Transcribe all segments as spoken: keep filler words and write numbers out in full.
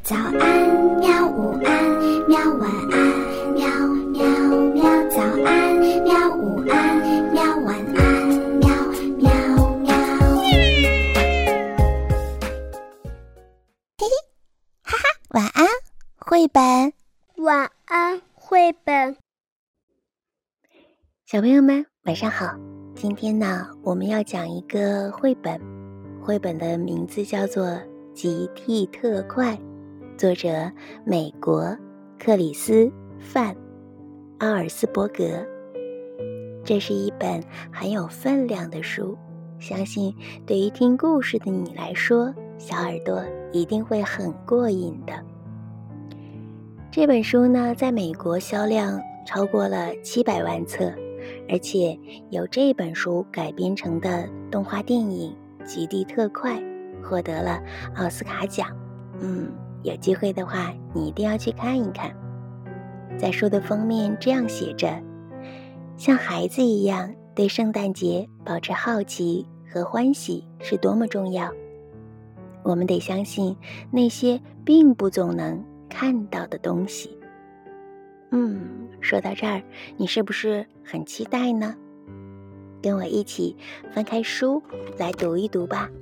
早安喵，午安喵，晚安喵喵喵，早安喵，午安喵，晚安喵喵喵。 嘿嘿，哈哈，晚安，绘本。 晚安，绘本。 小朋友们，晚上好。今天呢，我们要讲一个绘本，绘本的名字叫做《极地特快》，作者美国克里斯·范·奥尔斯伯格。这是一本很有分量的书，相信对于听故事的你来说，小耳朵一定会很过瘾的。这本书呢，在美国销量超过了七百万册，而且由这本书改编成的动画电影《极地特快》获得了奥斯卡奖。嗯，有机会的话，你一定要去看一看。在书的封面这样写着：像孩子一样对圣诞节保持好奇和欢喜是多么重要。我们得相信那些并不总能看到的东西。嗯，说到这儿，你是不是很期待呢？跟我一起翻开书来读一读吧。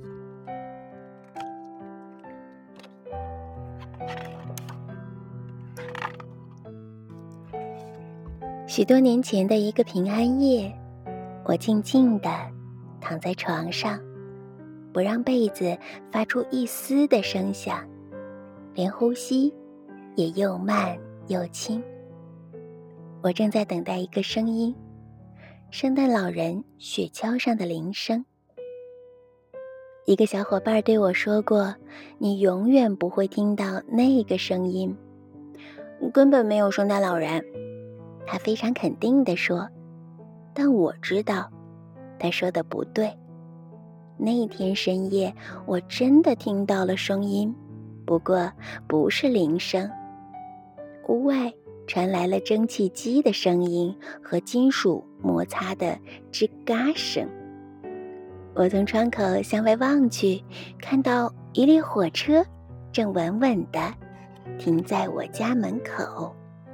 许多年前的一个平安夜，我静静地躺在床上，不让被子发出一丝的声响，连呼吸也又慢又轻。我正在等待一个声音，圣诞老人雪橇上的铃声。一个小伙伴对我说过，你永远不会听到那个声音。根本没有圣诞老人，他非常肯定地说。但我知道，他说的不对。那天深夜，我真的听到了声音，不过不是铃声。屋外传来了蒸汽机的声音和金属摩擦的吱嘎声。我从窗口向外望去，看到一列火车正稳稳地停在我家门口。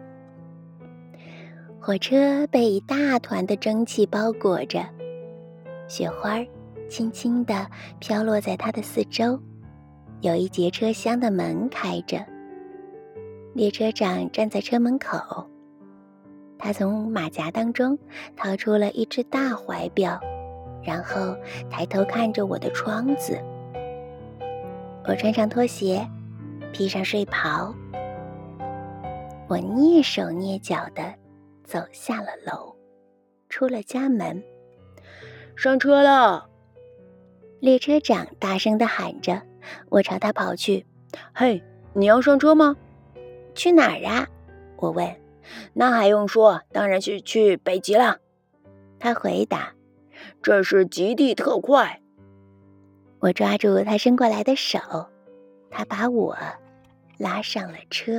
火车被一大团的蒸汽包裹着，雪花轻轻地飘落在它的四周。有一节车厢的门开着，列车长站在车门口，他从马甲当中掏出了一只大怀表，然后抬头看着我的窗子。我穿上拖鞋，披上睡袍，我蹑手蹑脚地走下了楼，出了家门。 上车了！ 列车长大声地喊着。我朝他跑去。 嘿，你要上车吗？ 去哪儿啊？我问。 那还用说，当然是去北极了。 他回答。 这是极地特快。 我抓住他伸过来的手，他把我拉上了车。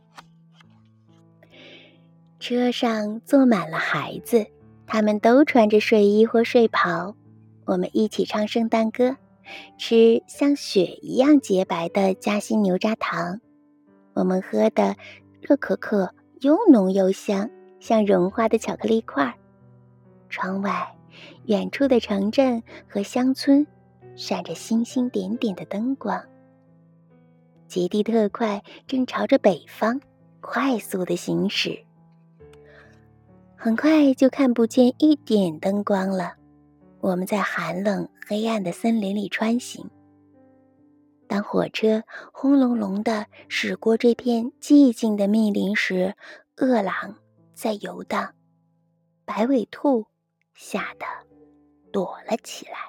车上坐满了孩子，他们都穿着睡衣或睡袍。我们一起唱圣诞歌，吃像雪一样洁白的夹心牛轧糖。我们喝的热可可又浓又香，像融化的巧克力块。窗外，远处的城镇和乡村闪着星星点点的灯光。极地特快正朝着北方快速地行驶。很快就看不见一点灯光了。我们在寒冷黑暗的森林里穿行。当火车轰隆隆地驶过这片寂静的密林时，饿狼在游荡，白尾兔吓得躲了起来。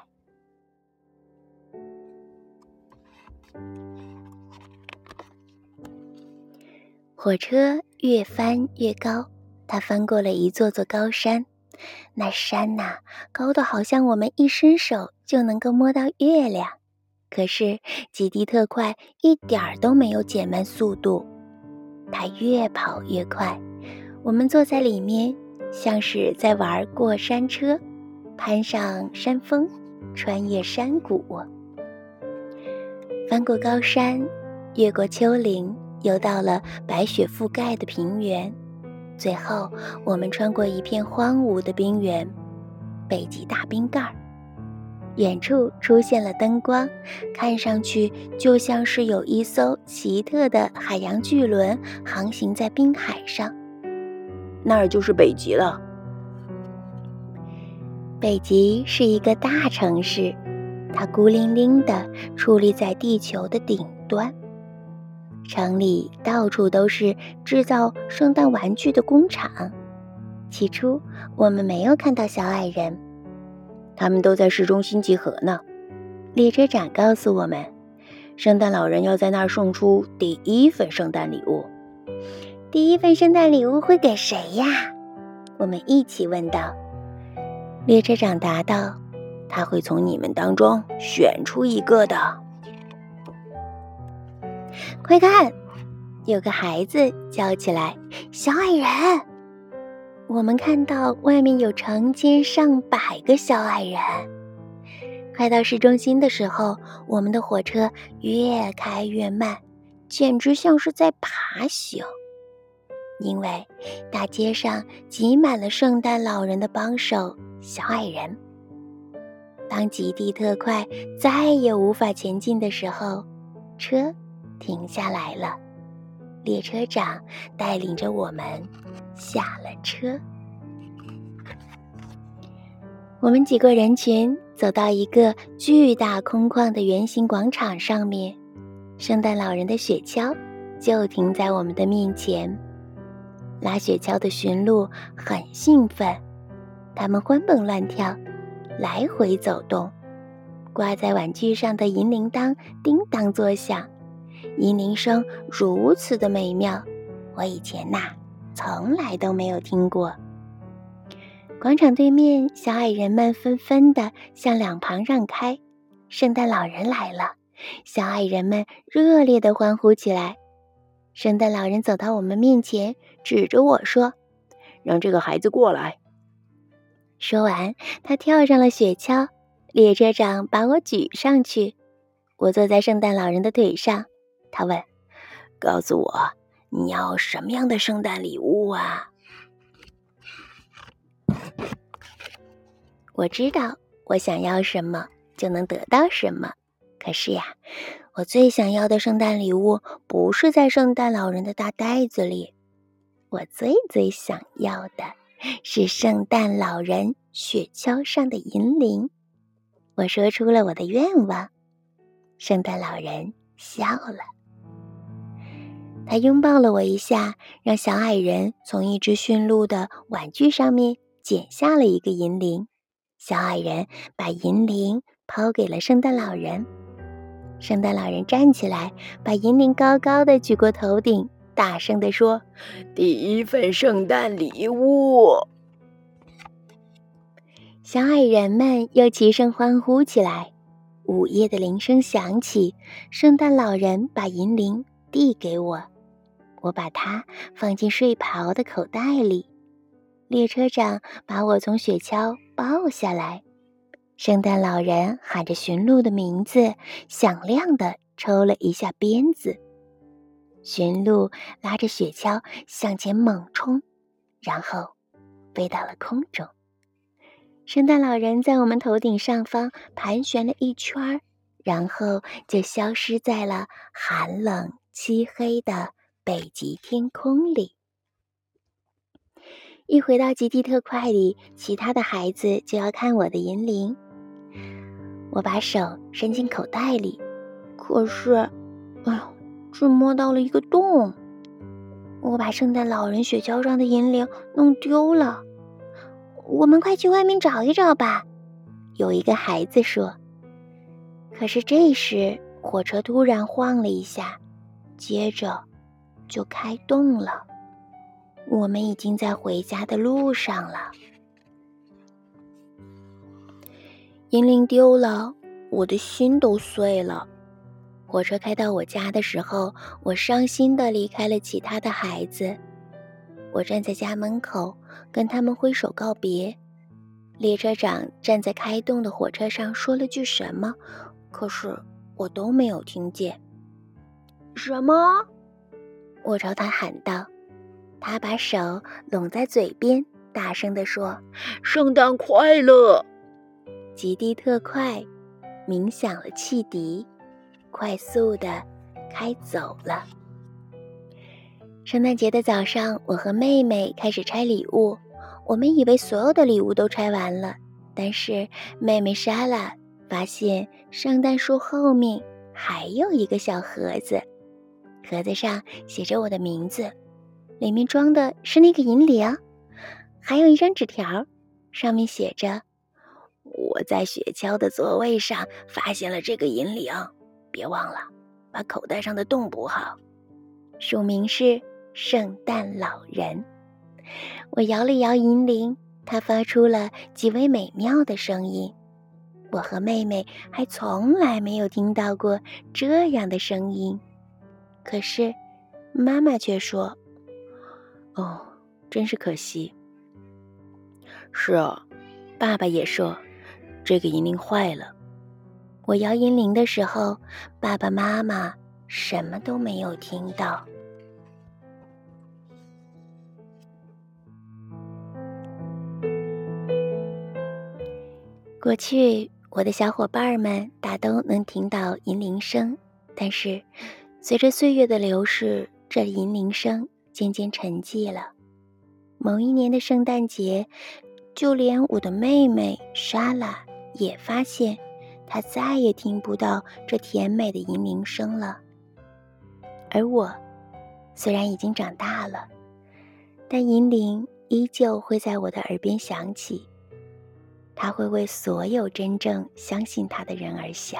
火车越翻越高，它翻过了一座座高山。那山呐、啊，高得好像我们一伸手就能够摸到月亮。可是极地特快一点儿都没有减慢速度，它越跑越快。我们坐在里面，像是在玩过山车，攀上山峰，穿越山谷。翻过高山， 越过丘陵，游到了白雪覆盖的平原，最后我们穿过一片荒芜的冰原——北极大冰盖。远处出现了灯光，看上去就像是有一艘奇特的海洋巨轮航行在冰海上。 那儿就是北极了。 北极是一个大城市，它孤零零地矗立在地球的顶端。城里到处都是制造圣诞玩具的工厂。起初我们没有看到小矮人， 他们都在市中心集合呢。 列车长告诉我们， 圣诞老人要在那儿送出第一份圣诞礼物。 第一份圣诞礼物会给谁呀？我们一起问道。列车长答道， 他会从你们当中选出一个的。 快看，有个孩子叫起来，小矮人！我们看到外面有成千上百个小矮人。快到市中心的时候，我们的火车越开越慢，简直像是在爬行。因为大街上挤满了圣诞老人的帮手小矮人。当极地特快再也无法前进的时候，车停下来了，列车长带领着我们下了车。我们挤过人群，走到一个巨大空旷的圆形广场上面，圣诞老人的雪橇就停在我们的面前。拉雪橇的驯鹿很兴奋，他们欢蹦乱跳，来回走动。挂在玩具上的银铃铛叮当作响，银铃声如此的美妙，我以前呐从来都没有听过。广场对面，小矮人们纷纷地向两旁让开，圣诞老人来了，小矮人们热烈地欢呼起来。圣诞老人走到我们面前，指着我说， 让这个孩子过来。 说完，他跳上了雪橇，列车长把我举上去。我坐在圣诞老人的腿上，他问， 告诉我，你要什么样的圣诞礼物啊？ 我知道我想要什么就能得到什么，可是呀，我最想要的圣诞礼物不是在圣诞老人的大袋子里，我最最想要的是圣诞老人雪橇上的银铃。我说出了我的愿望，圣诞老人笑了，他拥抱了我一下，让小矮人从一只驯鹿的玩具上面剪下了一个银铃。小矮人把银铃抛给了圣诞老人，圣诞老人站起来，把银铃高高的举过头顶，大声地说， 第一份圣诞礼物。 小矮人们又齐声欢呼起来。午夜的铃声响起，圣诞老人把银铃递给我，我把它放进睡袍的口袋里。列车长把我从雪橇抱下来，圣诞老人喊着驯鹿的名字，响亮地抽了一下鞭子。驯鹿拉着雪橇向前猛冲，然后飞到了空中。圣诞老人在我们头顶上方盘旋了一圈，然后就消失在了寒冷漆黑的北极天空里。一回到极地特快里，其他的孩子就要看我的银铃。我把手伸进口袋里，可是，哎呦，只摸到了一个洞。我把圣诞老人雪橇上的银铃弄丢了。我们快去外面找一找吧，有一个孩子说。可是这时，火车突然晃了一下，接着就开动了。我们已经在回家的路上了。银铃丢了，我的心都碎了。火车开到我家的时候，我伤心地离开了其他的孩子。我站在家门口，跟他们挥手告别。列车长站在开动的火车上说了句什么，可是我都没有听见。 什么？ 我朝他喊道。他把手拢在嘴边，大声地说： 圣诞快乐！ 极地特快鸣响了汽笛，快速地开走了。圣诞节的早上，我和妹妹开始拆礼物。我们以为所有的礼物都拆完了，但是妹妹莎拉发现圣诞树后面还有一个小盒子，盒子上写着我的名字，里面装的是那个银铃，还有一张纸条，上面写着： 我在雪橇的座位上发现了这个银铃，别忘了把口袋上的洞补好。 署名是圣诞老人。我摇了摇银铃，它发出了极为美妙的声音。我和妹妹还从来没有听到过这样的声音。可是妈妈却说： 哦，真是可惜。是啊，爸爸也说这个银铃坏了。 我摇银铃的时候，爸爸妈妈什么都没有听到。过去我的小伙伴们大都能听到银铃声，但是随着岁月的流逝，这银铃声渐渐沉寂了。某一年的圣诞节，就连我的妹妹莎拉也发现她再也听不到这甜美的银铃声了。而我虽然已经长大了，但银铃依旧会在我的耳边响起，它会为所有真正相信它的人而响。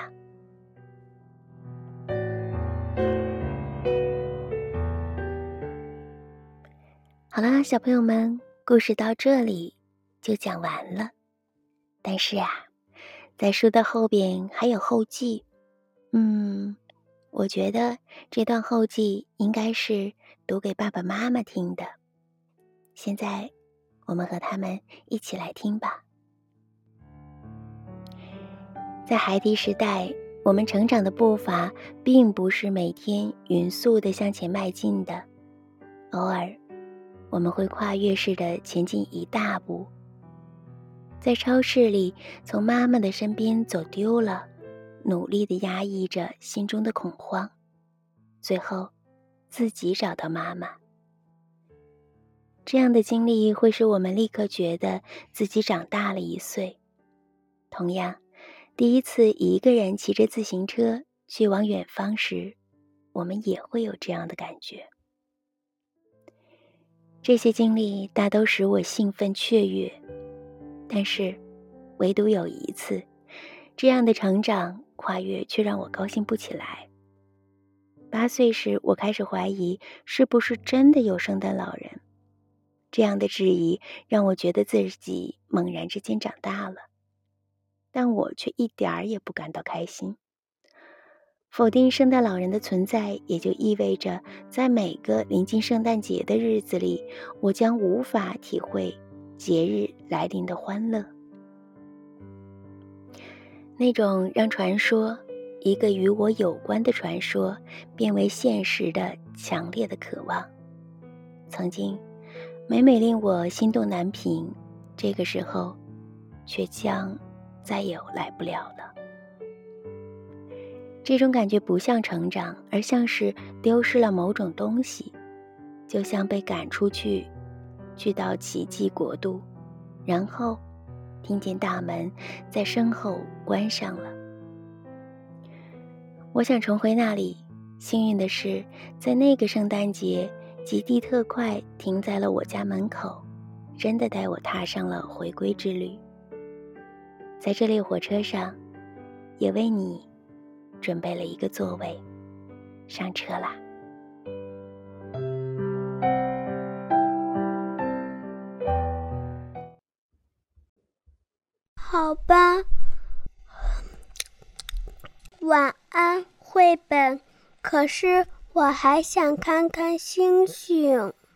好啦，小朋友们，故事到这里就讲完了。但是啊，在书的后边还有后记。嗯，我觉得这段后记应该是读给爸爸妈妈听的。现在我们和他们一起来听吧。在孩提时代，我们成长的步伐并不是每天匀速地向前迈进的，偶尔我们会跨越式地前进一大步。在超市里，从妈妈的身边走丢了，努力地压抑着心中的恐慌，最后自己找到妈妈。这样的经历会使我们立刻觉得自己长大了一岁。同样，第一次一个人骑着自行车去往远方时，我们也会有这样的感觉。这些经历大都使我兴奋雀跃，但是唯独有一次，这样的成长跨越却让我高兴不起来。八岁时，我开始怀疑是不是真的有圣诞老人。这样的质疑让我觉得自己猛然之间长大了，但我却一点儿也不感到开心。否定圣诞老人的存在，也就意味着在每个临近圣诞节的日子里，我将无法体会节日来临的欢乐。那种让传说，一个与我有关的传说，变为现实的强烈的渴望，曾经每每令我心动难平，这个时候却将再也来不了了。这种感觉不像成长，而像是丢失了某种东西，就像被赶出去，去到奇迹国度，然后听见大门在身后关上了。我想重回那里，幸运的是，在那个圣诞节，极地特快停在了我家门口，真的带我踏上了回归之旅。在这列火车上，也为你准备了一个座位，上车啦。 好吧，晚安，绘本。可是我还想看看星星。